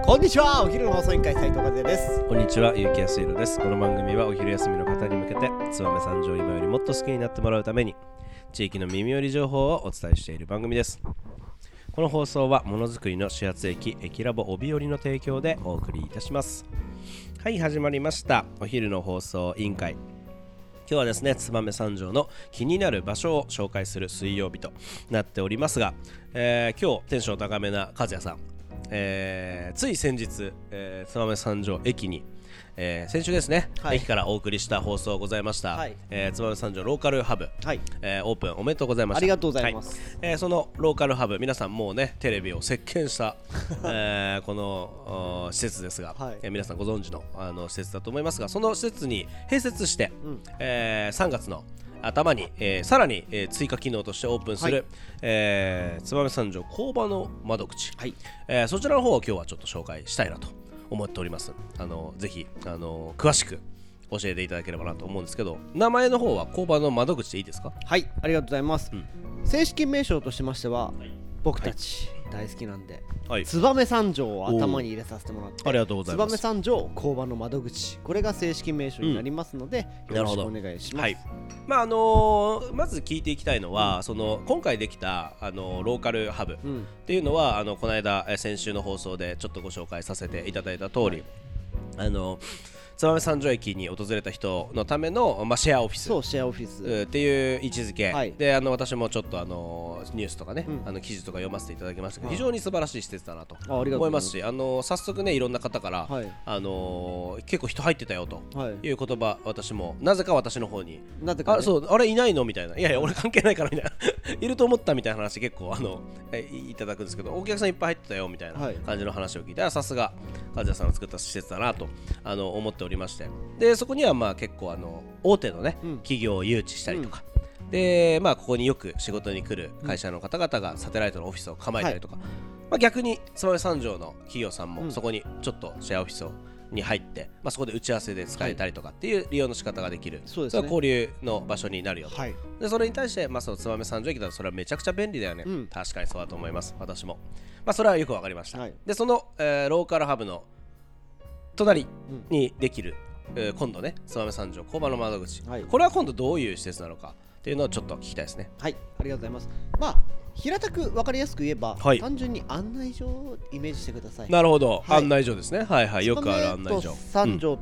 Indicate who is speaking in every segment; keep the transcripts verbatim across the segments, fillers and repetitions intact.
Speaker 1: こんにちは、お昼の放送委員会斉藤和也です。
Speaker 2: こんにちは、ゆうきやすいろです。この番組はお昼休みの方に向けて燕三条を今よりもっと好きになってもらうために地域の耳寄り情報をお伝えしている番組です。この放送はものづくりの始発駅駅ラボ帯寄りの提供でお送りいたします。はい、始まりましたお昼の放送委員会。今日はですね、燕三条の気になる場所を紹介する水曜日となっておりますが、えー、今日テンション高めな和也さん、えー、つい先日、えー、燕三条駅に、えー、先週ですね、はい、駅からお送りした放送ございました、はい、えー、燕三条ローカルハブ、はい、えー、オープンおめでとうございました。
Speaker 1: ありがとうございます、
Speaker 2: はい、えー、そのローカルハブ、皆さんもうねテレビを席巻した、えー、この施設ですが、はい、えー、皆さんご存知 の, あの施設だと思いますが、その施設に併設して、うん、えー、さんがつの頭に、えー、さらに、えー、追加機能としてオープンする、はい、えー、燕三条工場の窓口、はい、えー、そちらの方を今日はちょっと紹介したいなと思っております。あのぜひあの詳しく教えていただければなと思うんですけど、名前の方は工場の窓口でいいですか？
Speaker 1: はい、ありがとうございます、うん、正式名称としましては、はい、僕たち、はい、大好きなんで、はい、燕三条を頭に入れさせてもらって、
Speaker 2: ありがとうございます。
Speaker 1: 燕三条工場の窓口、これが正式名称になりますので、うん、よろしくお願いします。はい、
Speaker 2: まああのー、まず聞いていきたいのは、うん、その今回できた、あのー、ローカルハブっていうのは、うん、あのこの間先週の放送でちょっとご紹介させていただいた通り、はい、あのー燕三条駅に訪れた人のための、まあ、シェアオフィス、
Speaker 1: そうシェアオフィス
Speaker 2: っていう位置づけ、はい、であの私もちょっとあのニュースとかね、うん、あの記事とか読ませていただきましたけど、非常に素晴らしい施設だなと思いますし、あの早速ねいろんな方から、はい、あの結構人入ってたよという言葉、私もなぜか私の方に
Speaker 1: なぜか、ね、
Speaker 2: あ, そうあれいないのみたいな、いやいや俺関係ないからみたいないると思ったみたいな話結構あのいただくんですけど、お客さんいっぱい入ってたよみたいな感じの話を聞いて、はい、さすが和也さんの作った施設だなとあの思っておりまして、でそこにはまあ結構あの大手のね、うん、企業を誘致したりとか、うん、でまあここによく仕事に来る会社の方々がサテライトのオフィスを構えたりとか、はい、まあ、逆に燕三条の企業さんもそこにちょっとシェアオフィスをに入って、まあ、そこで打ち合わせで使えたりとかっていう利用の仕方ができる、はい、そうですね、交流の場所になるよと、はい、でそれに対して、まあ、その燕三条駅だとそれはめちゃくちゃ便利だよね、うん、確かにそうだと思います。私も、まあ、それはよくわかりました、はい、でその、えー、ローカルハブの隣にできる、うん、えー、今度ね燕三条工場の窓口、はい、これは今度どういう施設なのかっていうのをちょっと聞きたいですね。
Speaker 1: はい、ありがとうございます。まあ平たく分かりやすく言えば、はい、単純に案内所をイメージしてください。
Speaker 2: なるほど、はい、案内所ですね。はいはい、よくある案内所。
Speaker 1: 燕と三条って、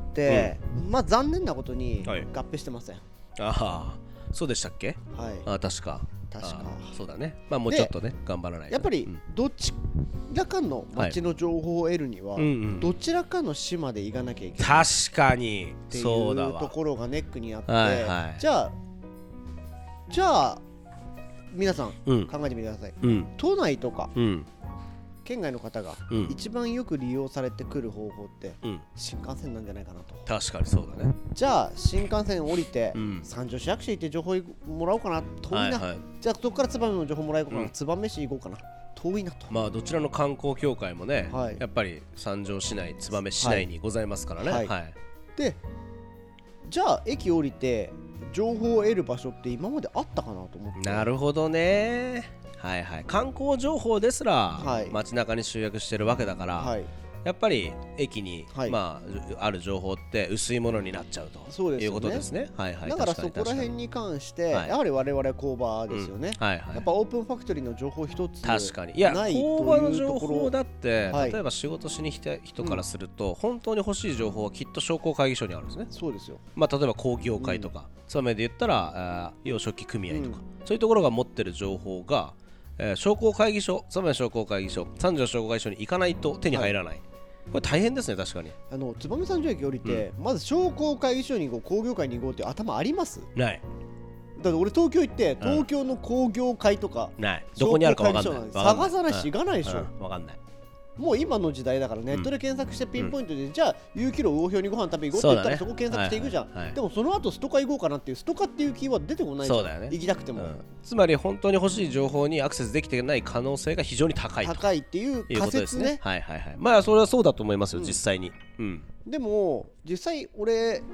Speaker 1: うん、まあ残念なことに合併してません、はい、
Speaker 2: ああそうでしたっけ？はい、あ確か
Speaker 1: 確か
Speaker 2: そうだね。まあもうちょっとね頑張らないと。
Speaker 1: やっぱりどちらかの町の情報を得るには、はい、うんうん、どちらかの市まで行かなきゃいけない。
Speaker 2: 確かに
Speaker 1: っていうところがネックにあって、
Speaker 2: はいはい、
Speaker 1: じゃあじゃあ皆さん、うん、考えてみてください、うん、都内とか、うん、県外の方が一番よく利用されてくる方法って、うん、新幹線なんじゃないかなと。
Speaker 2: 確かにそうだね。
Speaker 1: じゃあ新幹線降りて、うん、三条市役所行って情報もらおうかな、遠いな、はいはい、じゃあどこから燕の情報もらおうかな、うん、燕市行こうかな、遠いなと。
Speaker 2: まあどちらの観光協会もね、はい、やっぱり三条市内燕市内にございますからね、はいはいはい、
Speaker 1: でじゃあ駅降りて情報を得る場所って今まであったかなと思って。
Speaker 2: なるほどね。はいはい、観光情報ですら、はい、街中に集約してるわけだから、はい、やっぱり駅に、はい、まあ、ある情報って薄いものになっちゃうとそうですよね、いうことですね。はいはい、
Speaker 1: だからそこら辺に関して、はい、やはり我々工場ですよね、うん、はいはい、やっぱオープンファクトリーの情報一つないというところ。
Speaker 2: 確かに、いや工場の情報だって、はい、例えば仕事しに来た人からすると、うん、本当に欲しい情報はきっと商工会議所にあるんですね。
Speaker 1: そうですよ。
Speaker 2: まあ、例えば工業会とか、燕、うん、で言ったら養殖組合とか、うん、そういうところが持ってる情報が、えー、商工会議所、燕商工会議所、三条商工会議所に行かないと手に入らない、はい、これ大変ですね。確かに
Speaker 1: あの燕三条駅降りて、うん、まず商工会議所に行こう、工業会に行こうっていう頭あります？ない。だって俺東京行って東京の工業会とか、
Speaker 2: うん、ない、どこにあるか分かんない、
Speaker 1: 探さないし行かないでしょ、
Speaker 2: うんうん、分かんない。
Speaker 1: もう今の時代だからネットで検索してピンポイントで、うん、じゃあ有機炉魚標にご飯食べ行こうって言ったら そ,、ね、そこ検索していくじゃん、はいはいはい、でもその後ストカ行こうかなっていうストカっていうキーワード出てこないじゃん。そうだよね、行きたくても、うん、
Speaker 2: つまり本当に欲しい情報にアクセスできてない可能性が非常に高いと
Speaker 1: 高いっていう仮説ね。
Speaker 2: はいはいはい、まあそれはそうだと思いますよ、うん、実際に、うん、
Speaker 1: でも実際俺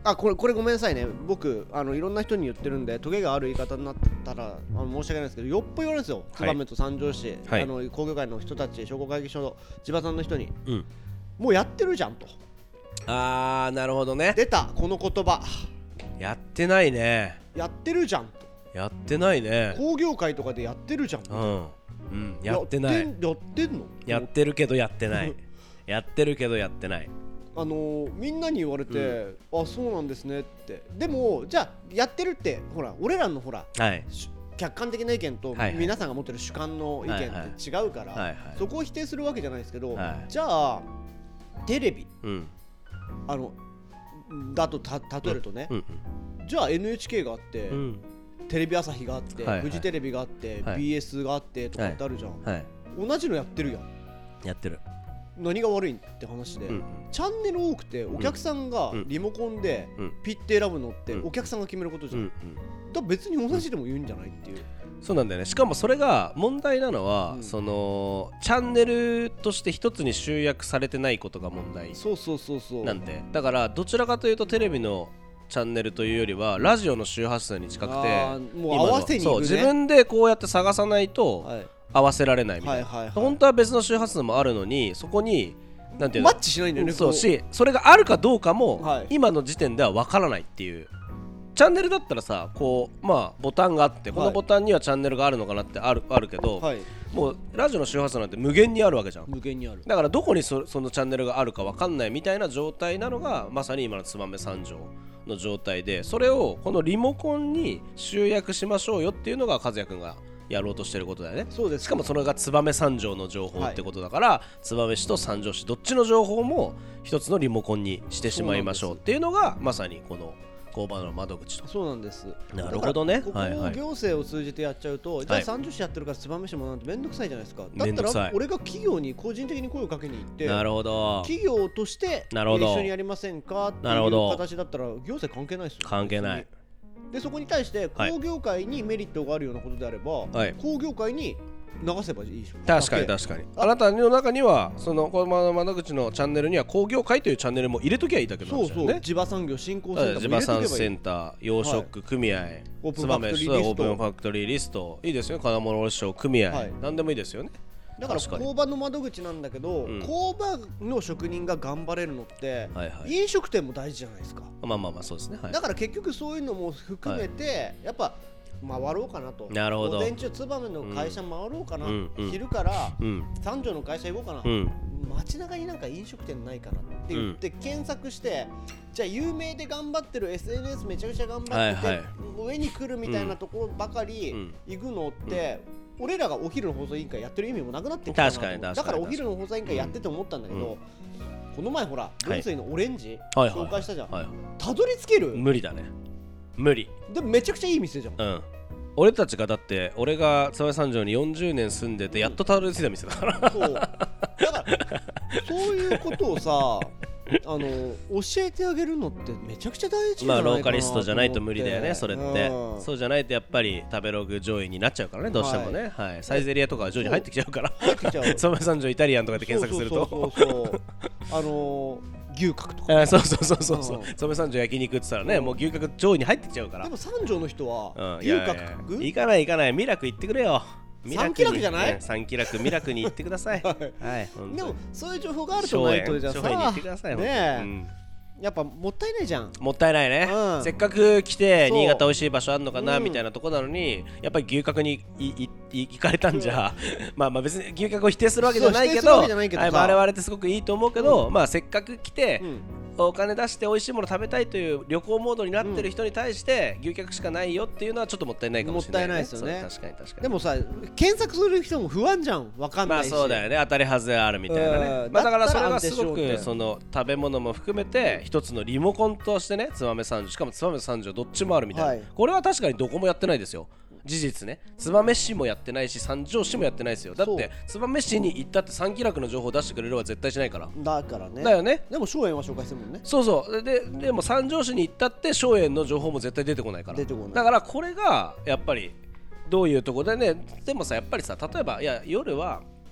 Speaker 1: あこれこれごめんなさいね、僕あのいろんな人に言ってるんでトゲがある言い方になったらあの申し訳ないですけど、よっぽ言われるんですよ、燕、はい、と三条市、はい、あの工業会の人たち、商工会議所の地場さんの人に、うん、もうやってるじゃんと。
Speaker 2: あーなるほどね、
Speaker 1: 出たこの言葉、
Speaker 2: やってないね、
Speaker 1: やってるじゃんと、
Speaker 2: やってないね、
Speaker 1: 工業会とかでやってるじゃん、
Speaker 2: うんうん、やってない、
Speaker 1: やってん、やってんの、
Speaker 2: やってるけどやってないやってるけどやってない、
Speaker 1: あのー、みんなに言われて、うん、あそうなんですねって。でもじゃあやってるってほら俺らのほら、はい、客観的な意見と皆さんが持ってる主観の意見って違うから、はいはい、そこを否定するわけじゃないですけど、はい、じゃあテレビ、うん、あのだとた例えるとね、うんうん、じゃあ エヌエイチケー があって、うん、テレビ朝日があって、はいはい、フジテレビがあって、はい、ビーエス があってとかってあるじゃん、はいはい、同じのやってるやん、
Speaker 2: やってる、
Speaker 1: 何が悪いって話で、うん、チャンネル多くてお客さんがリモコンでピッて選ぶのってお客さんが決めることじゃん、うんうん、だ別に同じでも言うんじゃないっていう。
Speaker 2: そうなんだよね。しかもそれが問題なのは、うん、そのチャンネルとして一つに集約されてないことが問題なんで、だからどちらかというとテレビのチャンネルというよりはラジオの周波数に近くて、
Speaker 1: もう合わせに行くね、そう
Speaker 2: 自分でこうやって探さないと、はい、合わせられないみたいな、はいはいはい、本当は別の周波数もあるのにそこになんていうの
Speaker 1: マッチしないんだよね、
Speaker 2: そうしそれがあるかどうかも、はい、今の時点では分からないっていう。チャンネルだったらさこうまあボタンがあってこのボタンにはチャンネルがあるのかなってある、あるけど、はい、もうラジオの周波数なんて無限にあるわけじゃん。
Speaker 1: 無限にある。
Speaker 2: だからどこに そ, そのチャンネルがあるか分かんないみたいな状態なのがまさに今の燕三条の状態で、それをこのリモコンに集約しましょうよっていうのが和也くんがやろうとしてることだよね。
Speaker 1: そうです。
Speaker 2: しかもそれが燕三条の情報ってことだから、はい、燕市と三条市どっちの情報も一つのリモコンにしてしまいましょうっていうのがまさにこの工場の窓口と。
Speaker 1: そうなんです。
Speaker 2: なるほどね。
Speaker 1: ここを行政を通じてやっちゃうと、はい、じゃあ三条市やってるから燕市もなんてめんどくさいじゃないですか。だったら俺が企業に個人的に声をかけに行って、
Speaker 2: なるほど、
Speaker 1: 企業として一緒にやりませんかっていう形だったら行政関係ないですよ。
Speaker 2: 関係ない。
Speaker 1: でそこに対して工業界にメリットがあるようなことであれば、はい、工業界に流せばいいでしょ。
Speaker 2: 確かに確かに。あなたの中にはそのこの窓口のチャンネルには工業界というチャンネルも入れときゃいいだけど、ね、
Speaker 1: そうそう地場産業振興センターも入れとけばいい。
Speaker 2: 地場産センター養殖組合、はい、
Speaker 1: オープンファクトリーリスト、
Speaker 2: オープンファクトリーリストいいですよ。金物卸商組合、はい、何でもいいですよね。
Speaker 1: だから工場の窓口なんだけど、うん、工場の職人が頑張れるのって、はいはい、飲食店も大事じゃないですか。
Speaker 2: まあまあまあそうですね、はい、
Speaker 1: だから結局そういうのも含めて、はい、やっぱ回ろうかなと。
Speaker 2: なるほど。
Speaker 1: 午前中燕の会社回ろうかな、うんうん、昼から、うん、三条の会社行こうかな、うん、街中になんか飲食店ないかなって言って検索して、うん、じゃあ有名で頑張ってる エスエヌエス めちゃくちゃ頑張ってて、はいはい、上に来るみたいなところばかり行くのって、うん、俺らがお昼の放送委員会やってる意味もなくなってきたなと。
Speaker 2: 確かに確かに。
Speaker 1: だからお昼の放送委員会やってて思ったんだけど、うん、この前ほら分水のオレンジ、はい、紹介したじゃん、はいはい、たどり着ける？
Speaker 2: 無理だね。無理。
Speaker 1: でもめちゃくちゃいい店じゃん。
Speaker 2: うん。俺たちがだって俺が燕三条によんじゅうねん住んでてやっとたどり着いた店だから、
Speaker 1: うん、そうだからそういうことをさあの教えてあげるのってめちゃくちゃ大事じゃないかなと思って。
Speaker 2: まあローカリストじゃないと無理だよねそれって、うん、そうじゃないとやっぱり食べログ上位になっちゃうからねどうしてもね、はいはい、サイゼリヤとか上位に入ってきちゃうから
Speaker 1: 入ってきちゃう
Speaker 2: 燕三条イタリアンとかで検索すると
Speaker 1: そうそうそうそうあのー牛角とか、
Speaker 2: ね、そうそうそうそうそう燕三条焼肉って言ったらね、うん、もう牛角上位に入ってきちゃうから。
Speaker 1: でも三条の人は、うん、牛角
Speaker 2: 行かない行かないミラク行ってくれよ。
Speaker 1: 三気楽じゃない？
Speaker 2: 三気楽ミラクに行ってください、はい
Speaker 1: はい、でもそういう情報があるとないとじゃあさ
Speaker 2: に行ってください
Speaker 1: ね、うん、やっぱもったいないじゃん。
Speaker 2: もったいないね、うん、せっかく来て新潟美味しい場所あるのかな、うん、みたいなとこなのにやっぱり牛角にいいい行かれたんじゃ、うん、まあまあ別に牛角を否定するわけじゃないけど、はい、我々ってすごくいいと思うけど、うん、まあせっかく来て、うんお金出して美味しいもの食べたいという旅行モードになってる人に対して牛角しかないよっていうのはちょっともったいないかもしれない、ね、
Speaker 1: もったいないですよね。
Speaker 2: 確かに確かに。
Speaker 1: でもさ検索する人も不安じゃん。わかんないし。
Speaker 2: まあそうだよね。当たり外れあるみたいなね、まあ、だからそれがすごくその食べ物も含めて一つのリモコンとしてね燕三条しかも燕三条どっちもあるみたいな、はい、これは確かにどこもやってないですよ事実ね。燕市もやってないし三条市もやってないですよ。だって燕市に行ったって三気楽の情報を出してくれるは絶対しないから。
Speaker 1: だからね。
Speaker 2: だよね。
Speaker 1: でも松園は紹介するもんね。
Speaker 2: そうそうででも三条市に行ったって松園の情報も絶対出てこないから。
Speaker 1: 出てこない。
Speaker 2: だからこれがやっぱりどういうところでね。でもさやっぱりさ例えばいや夜は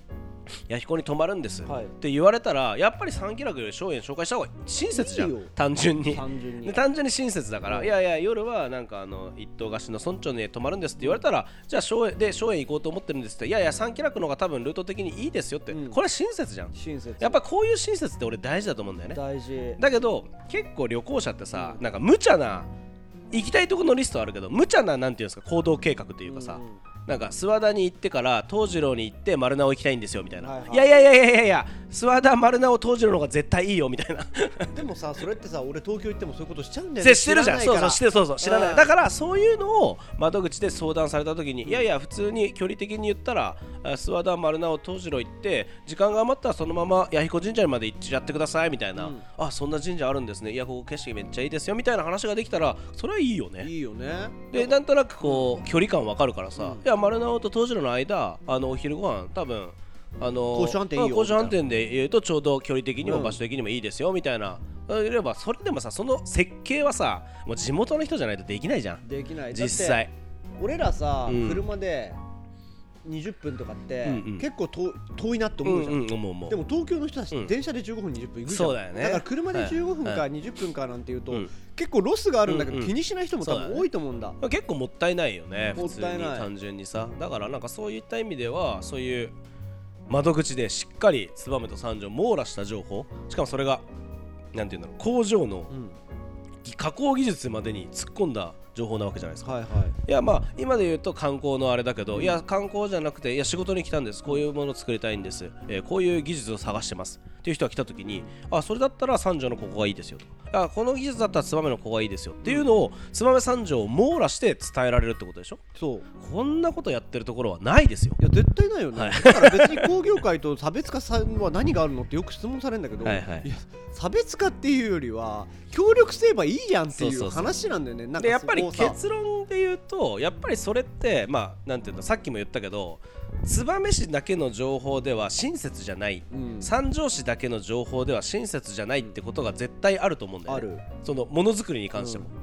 Speaker 2: 弥彦に泊まるんです、はい、って言われたらやっぱり三気楽より松園紹介した方が親切じゃん。いい単純に単純に単純に親切だから、うん、いやいや夜はなんかあの一棟貸しの村長に泊まるんですって言われたら、じゃあ松園で松園行こうと思ってるんですって、いやいや三気楽の方が多分ルート的にいいですよって、うん、これは親切じゃん。親切。やっぱこういう親切って俺大事だと思うんだよね。
Speaker 1: 大事
Speaker 2: だけど結構旅行者ってさ、うん、なんか無茶な行きたいところのリストあるけど無茶ななんていうんですか行動計画というかさ、うん、なんか諏訪田に行ってから東次郎に行って丸直行きたいんですよみたいな、はいはい、いやいやいやいやいや諏訪田丸直東次郎の方が絶対いいよみたいな
Speaker 1: でもさそれってさ俺東京行ってもそういうことしちゃうんだよね。
Speaker 2: してるじゃん。そうそうしてそうそう知らない。だからそういうのを窓口で相談された時に、いやいや普通に距離的に言ったら諏訪田丸直東次郎行って時間が余ったらそのまま弥彦神社にまで行っちゃってくださいみたいな、うん、あそんな神社あるんですね、いやここ景色めっちゃいいですよみたいな話ができたらそれはいいよね。
Speaker 1: いいよね。
Speaker 2: でなんとなくこう距離感わかるからさ、うん、いや丸直と東次郎の間あのお昼ご飯多分あの
Speaker 1: 公衆飯店いいよ
Speaker 2: 公衆飯店で言うとちょうど距離的にも場所的にもいいですよみたいな、うん、いればそれでもさその設計はさもう地元の人じゃないとできないじゃん。
Speaker 1: できない。
Speaker 2: 実際
Speaker 1: 俺らさ、うん、車でにじゅっぷんとかって、うんうん、結構遠いなって思うじゃん、うんうん、思う思う。でも東京の人たちって電車でじゅうごふんにじゅっぷん行くじゃん、うん、そうだよね。だから車でじゅうごふんかにじゅっぷんかなんていうと、はいはい、結構ロスがあるんだけど、うんうん、気にしない人も多分多いと思うんだ。
Speaker 2: だね、結構もったいないよね普通に単純にさ。だからなんかそういった意味ではそういう窓口でしっかり燕と三条網羅した情報、しかもそれがなんていうんだろう工場の加工技術までに突っ込んだ情報なわけじゃないですか、はいはい、いやまあ今で言うと観光のあれだけど、うん、いや観光じゃなくていや仕事に来たんです、こういうものを作りたいんです、えー、こういう技術を探してますっていう人が来た時に、あそれだったら三条のここがいいですよとか、あこの技術だったら燕のここがいいですよっていうのを燕三条を網羅して伝えられるってことでしょ。そうこんなことやってるところはないですよ。
Speaker 1: いや絶対ないよね、はい、だから別に工業界と差別化さんは何があるのってよく質問されるんだけど、はいはい、いや差別化っていうよりは協力すればいいじゃんっていう話なんだよね。なんか
Speaker 2: でやっぱり結論で言うとやっぱりそれってまあなんていうのさっきも言ったけど燕市だけの情報では親切じゃない、うん、三条市だけの情報では親切じゃないってことが絶対あると思うんだよね、あるそのものづくりに関しても、うん、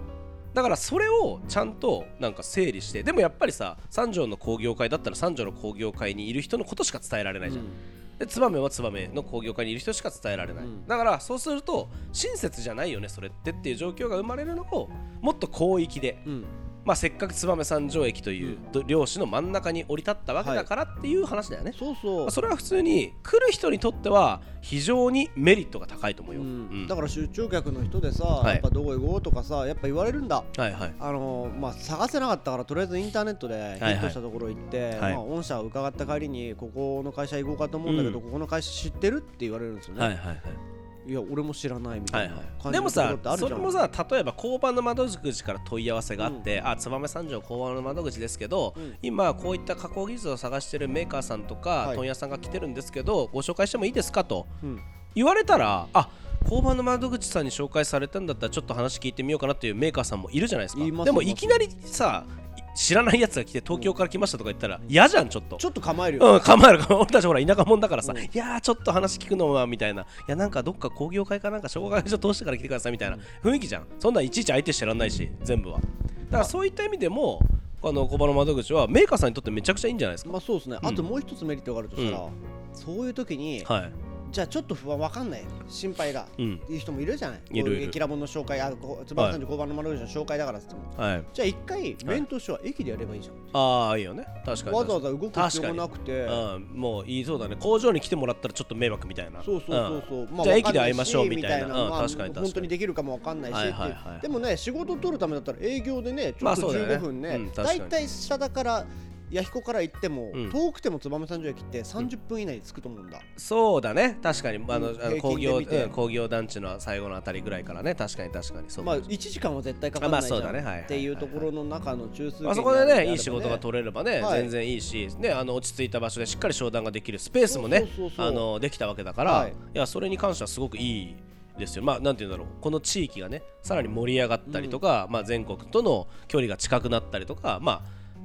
Speaker 2: だからそれをちゃんとなんか整理して、でもやっぱりさ三条の工業会だったら三条の工業会にいる人のことしか伝えられないじゃん、うん、で燕は燕の工業会にいる人しか伝えられない、うん、だからそうすると親切じゃないよねそれってっていう状況が生まれるのをもっと広域で、うんまあ、せっかく燕三条駅という漁師の真ん中に降り立ったわけだからっていう話だよね、はい、そうそう、まあ、それは普通に来る人にとっては非常にメリットが高いと思うよ、うんうん、
Speaker 1: だから出張客の人でさ、はい、やっぱどこ行こうとかさやっぱ言われるんだ、はいはい、あのー、まあ探せなかったからとりあえずインターネットでヒットしたところ行って、はいはい、まあ、御社を伺った帰りにここの会社行こうかと思うんだけど、うん、ここの会社知ってるって言われるんですよね、はいはいはい、いや俺も知らないみたいな感じのところってあるじゃん、はいはい、でもさ
Speaker 2: それもさ例えば交番の窓口から問い合わせがあって、うん、あ燕三条交番の窓口ですけど、うん、今こういった加工技術を探してるメーカーさんとか、はい、問屋さんが来てるんですけどご紹介してもいいですかと、うん、言われたらあ交番の窓口さんに紹介されたんだったらちょっと話聞いてみようかなっていうメーカーさんもいるじゃないですか。でもいきなりさ知らないやつが来て東京から来ましたとか言ったら嫌じゃん。ちょっと
Speaker 1: ちょっと構えるよ、
Speaker 2: うん、構える俺たちほら田舎者だからさ、うん、いやーちょっと話聞くのはみたいな、いやなんかどっか工業会かなんか商工会所通してから来てくださいみたいな雰囲気じゃん。そんないちいち相手してらんないし全部は。だからそういった意味でもあの小場の窓口はメーカーさんにとってめちゃくちゃいいんじゃないですか。
Speaker 1: まあそうですね、うん、あともう一つメリットがあるとしたら、うん、そういう時に、はい、じゃあちょっと不安分かんない心配が、うん、いう人もいるじゃない。いるいるキラモンの紹介、あ燕三条交番の窓口の紹介だからって言っても、はい、じゃあ一回面としては駅でやればいいじゃん、
Speaker 2: はい、ああいいよね確かに。
Speaker 1: わざわざ動く必要もなくて、
Speaker 2: うん、もういいそうだね。工場に来てもらったらちょっと迷惑みたいな。
Speaker 1: そうそうそうそう、
Speaker 2: うんまあ、じゃあ駅で会いましょうみたいな、うん
Speaker 1: まあ、確かに確かに本当にできるかも分かんないし、はいはいはい、でもね仕事を取るためだったら営業でねちょっとじゅうごふんね、まあ、だいたい下だから弥彦から行っても、うん、遠くても燕三条駅ってさんじゅっぷん以内に着くと思うんだ、うん、
Speaker 2: そうだね確かに、あの、うん、あの工業、うん、工業団地の最後のあたりぐらいからね確かに確かにそう。
Speaker 1: まあいちじかんは絶対かからないじゃん、まあそうだね、はい、っていうところの中の中枢、
Speaker 2: ね、あそこでねいい仕事が取れればね、はい、全然いいし、ね、あの落ち着いた場所でしっかり商談ができるスペースもねあのできたわけだから、はい、いやそれに関してはすごくいいですよ。まあなんていうんだろう、この地域がねさらに盛り上がったりとか、うんまあ、全国との距離が近くなったりとか、まあ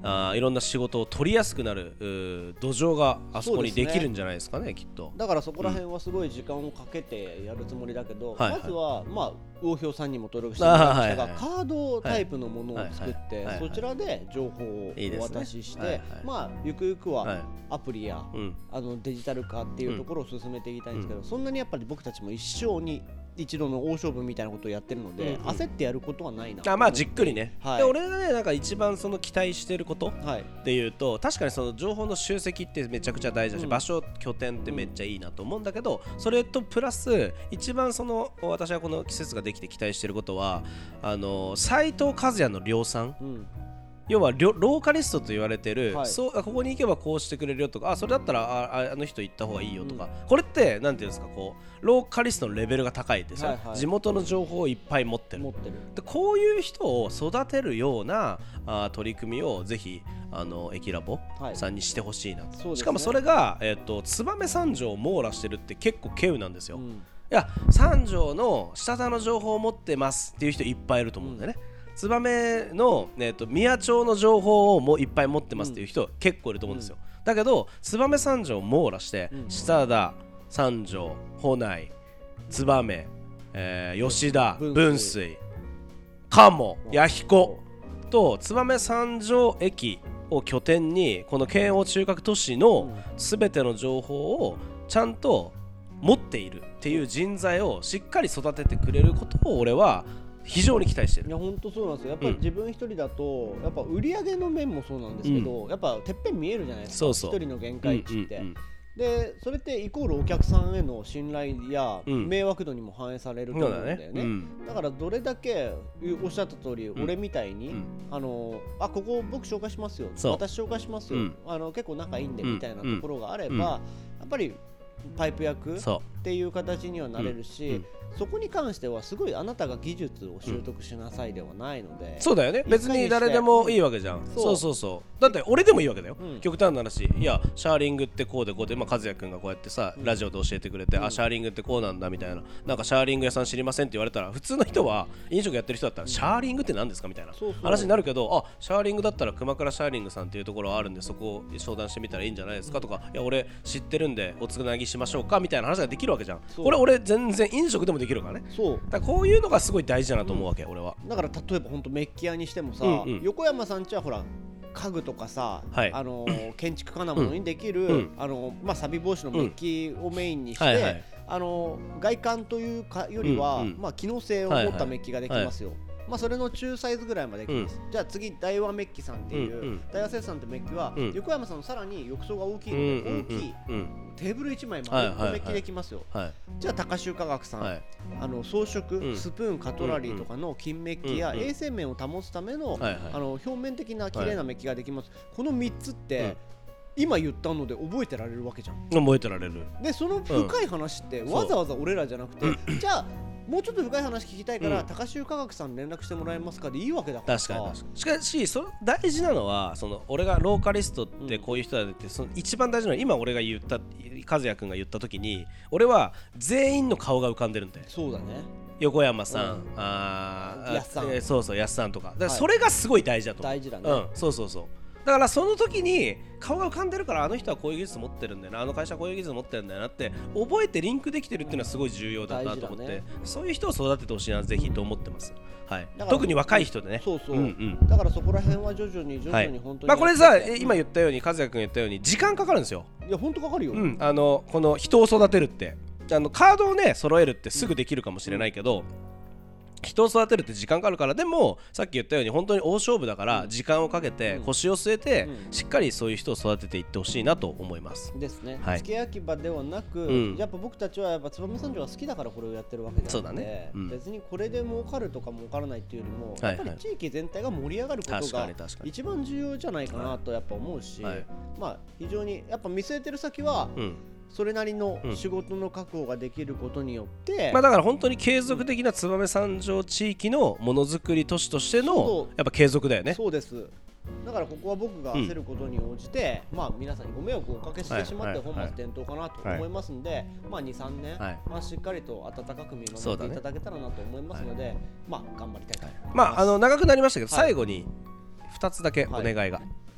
Speaker 2: あいろんな仕事を取りやすくなる土壌があそこにできるんじゃないですか ね, ねきっと。
Speaker 1: だからそこら辺はすごい時間をかけてやるつもりだけど、うん、まずは、まあ、魚評さんにも登録してもらいましたが、はいはい、カードタイプのものを作って、はいはい、そちらで情報をお渡しして、いいね、はいはい、まあ、ゆくゆくはアプリや、はい、あのデジタル化っていうところを進めていきたいんですけど、うん、そんなにやっぱり僕たちも一生に一度の大勝負みたいなことをやってるので、うんうん、焦ってやることはないな。
Speaker 2: あ、まあじっくりね、はい、で俺がねなんか一番その期待してることっていうと、はい、確かにその情報の集積ってめちゃくちゃ大事だし、うん、場所拠点ってめっちゃいいなと思うんだけど、それとプラス一番その私はこの季節ができて期待してることはあの斉藤和也の量産、うん、要はローカリストと言われてる、はい、そうここに行けばこうしてくれるよとか、あそれだったら あ, あの人行った方がいいよとか、うん、これってなんていうんですか、こうローカリストのレベルが高いですよ、はいはい、地元の情報をいっぱい持ってる、持ってるでこういう人を育てるようなあ取り組みをぜひあの駅ラボさんにしてほしいな、はい、しかもそれが、えー、と燕三条を網羅してるって結構稀有なんですよ、うん、いや三条の下田の情報を持ってますっていう人いっぱいいると思うんだよね、うん、燕の、えー、と宮町の情報をもいっぱい持ってますっていう人、うん、結構いると思うんですよ、うん、だけど燕三条を網羅して、うん、下田、三条、保内、燕、えー、吉田、分水、鴨、弥彦と燕三条駅を拠点にこの県央中核都市のすべての情報をちゃんと持っているっていう人材をしっかり育ててくれることを俺は非常に期待してる。
Speaker 1: いや本当そうなんですよ。やっぱり自分一人だと、うん、やっぱ売り上げの面もそうなんですけど、うん、やっぱてっぺん見えるじゃないですか。そうそう一人の限界値って、うんうんうん、でそれってイコールお客さんへの信頼や迷惑度にも反映されると思うんだよね、うんだねうん、だからどれだけおっしゃった通り、うん、俺みたいに、うん、あのあここ僕紹介しますよ、私紹介しますよ、うん、あの結構仲いいんでみたいなところがあれば、うん、やっぱりパイプ役っていう形にはなれるし、うんうん、そこに関してはすごいあなたが技術を習得しなさいではないので、
Speaker 2: うん、そうだよね、別に誰でもいいわけじゃん、うん、そうそうそうそうだって俺でもいいわけだよ、うん、極端な話、いやシャーリングってこうでこうで、まあ、和也くんがこうやってさ、うん、ラジオで教えてくれて、うん、あシャーリングってこうなんだみたいな、なんかシャーリング屋さん知りませんって言われたら普通の人は飲食やってる人だったら、うん、シャーリングって何ですかみたいな話になるけど、あシャーリングだったら熊倉シャーリングさんっていうところがあるんでそこを相談してみたらいいんじゃないですかとか、いや俺知ってるんでおつなぎしましょうかみたいな話ができるわけじゃん。これ俺全然飲食でもできるからね。そうだからこういうのがすごい大事だなと思うわけ、うん、俺は。
Speaker 1: だから例えば本当メッキ屋にしてもさ、うんうん、横山さんちはほら家具とかさ、はい、あのー、建築家なものにできる、うん、あのー、まあ、錆防止のメッキをメインにして、うんはいはい、あのー、外観というかよりは、うんうん、まあ、機能性を持ったメッキができますよ、はいはい、まあ、それの中サイズぐらいまでできます、うん、じゃあ次大和メッキさんっていう、うんうん、大和製産ってメッキは、うん、横山さんのさらに浴槽が大きいので、うん、大きい、うんうん、テーブルいちまいまでメッキできますよ、はいはいはい、じゃあ高州化学さん、はい、あの装飾、うん、スプーンカトラリーとかの金メッキや、うんうん、衛生面を保つための、はいはい、あの表面的な綺麗なメッキができます、はい、このみっつって、うん、今言ったので覚えてられるわけじゃん。
Speaker 2: 覚えてられる。
Speaker 1: でその深い話って、うん、わざわざ俺らじゃなくて、じゃあもうちょっと深い話聞きたいから、うん、高州化学さんに連絡してもらえますかでいいわけだからさ。確かに確かに。しかしその大事なのはその俺がローカリストってこういう人だって、うん、その一番大事なのは今俺が言った和也くんが言った時に俺は全員の顔が浮かんでるんで。 そうだね。
Speaker 2: 横山さん、うん、あやっさん、えー、そうそうやっさんとか、だからそれがすごい大事だと思う。大事だね、うん、そうそうそう。だからその時に顔が浮かんでるから、あの人はこういう技術持ってるんだよな、あの会社はこういう技術持ってるんだよなって覚えてリンクできてるっていうのはすごい重要だなと思って、ね、そういう人を育ててほしいなぜひと思ってます、はい、特に若い人でね。
Speaker 1: そうそう、うんうん、だからそこら辺は徐々に徐々に本当に、
Speaker 2: はい、まあ、これさ今言ったように和也くん言ったように時間かかるんですよ。
Speaker 1: いや本当かかるよ、
Speaker 2: うん、あのこの人を育てるってあのカードをね揃えるってすぐできるかもしれないけど、うん、人を育てるって時間かかるから、でもさっき言ったように本当に大勝負だから時間をかけて腰を据えてしっかりそういう人を育てていってほしいなと思います
Speaker 1: ですね、はい、付け焼き場ではなく、うん、やっぱ僕たちはやっぱ燕三条が好きだからこれをやってるわけであって、そうだね、うん、別にこれで儲かるとか儲からないっていうよりも、はいはい、やっぱり地域全体が盛り上がることが一番重要じゃないかなとやっぱ思うし、はいはい、まあ非常にやっぱ見据えてる先は、うん、それなりの仕事の確保ができることによって、うん、まあ、
Speaker 2: だから本当に継続的な燕三条地域のものづくり都市としてのやっぱ継続だよね。
Speaker 1: そうです。だからここは僕が焦ることに応じて、うん、まあ皆さんにご迷惑をおかけしてしまって本末転倒かなと思いますので、はいはい、まあ にさんねん、はい、まあ、しっかりと温かく見守っていただけたらなと思いますので、ね、まあ頑張りたいと思います。
Speaker 2: まああの長くなりましたけど、はい、最後にふたつだけお願いが、はい、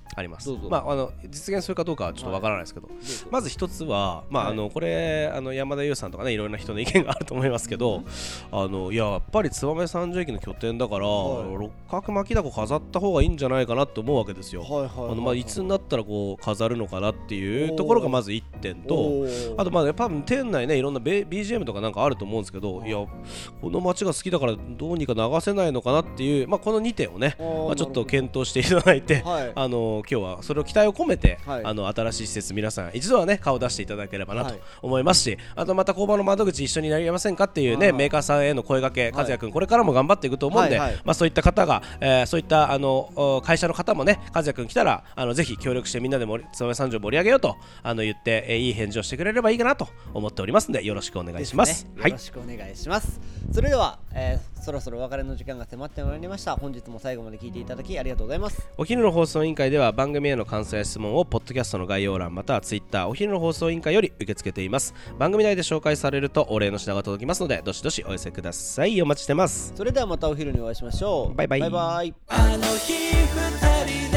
Speaker 2: あります。まあ、あの実現するかどうかはちょっとわからないですけど、はい、まず一つは、まあはい、あのこれあの山田優さんとかねいろんな人の意見があると思いますけど、うん、あのいややっぱり燕三条駅の拠点だから、はい、六角巻き凧飾った方がいいんじゃないかなと思うわけですよ。はいはいはいはい、あのまあいつになったらこう飾るのかなっていうところがまず一点と、あとまあやっぱ店内ねいろんな ビージーエム とかなんかあると思うんですけど、いやこの街が好きだからどうにか流せないのかなっていう、まあ、このにてんをね、まあ、ちょっと検討していただいて、はい、あの今日はそれを期待を込めて、はい、あの新しい施設皆さん一度はね顔を出していただければなと思いますし、はい、あとまた工場の窓口一緒になりませんかっていうねメーカーさんへの声掛け、和也君これからも頑張っていくと思うんで、はいはい、まあ、そういった方が、えー、そういったあの会社の方もね和也君来たらあのぜひ協力してみんなで燕三条盛り上げようとあの言って、えー、いい返事をしてくれればいいかなと思っておりますのでよろしくお願いします。
Speaker 1: ですね、よろしくお願いします、はい、それでは、えー、そろそろお別れの時間が迫ってまいりました。本日も最後まで聞いていただきありがとうございます。
Speaker 2: お昼の放送委員会では番組への感想や質問をポッドキャストの概要欄またはツイッターお昼の放送委員会より受け付けています。番組内で紹介されるとお礼の品が届きますのでどしどしお寄せください。お待ちしてます。
Speaker 1: それではまたお昼にお会いしましょう。
Speaker 2: バイバイ。
Speaker 1: バイバイ。あの日ふたり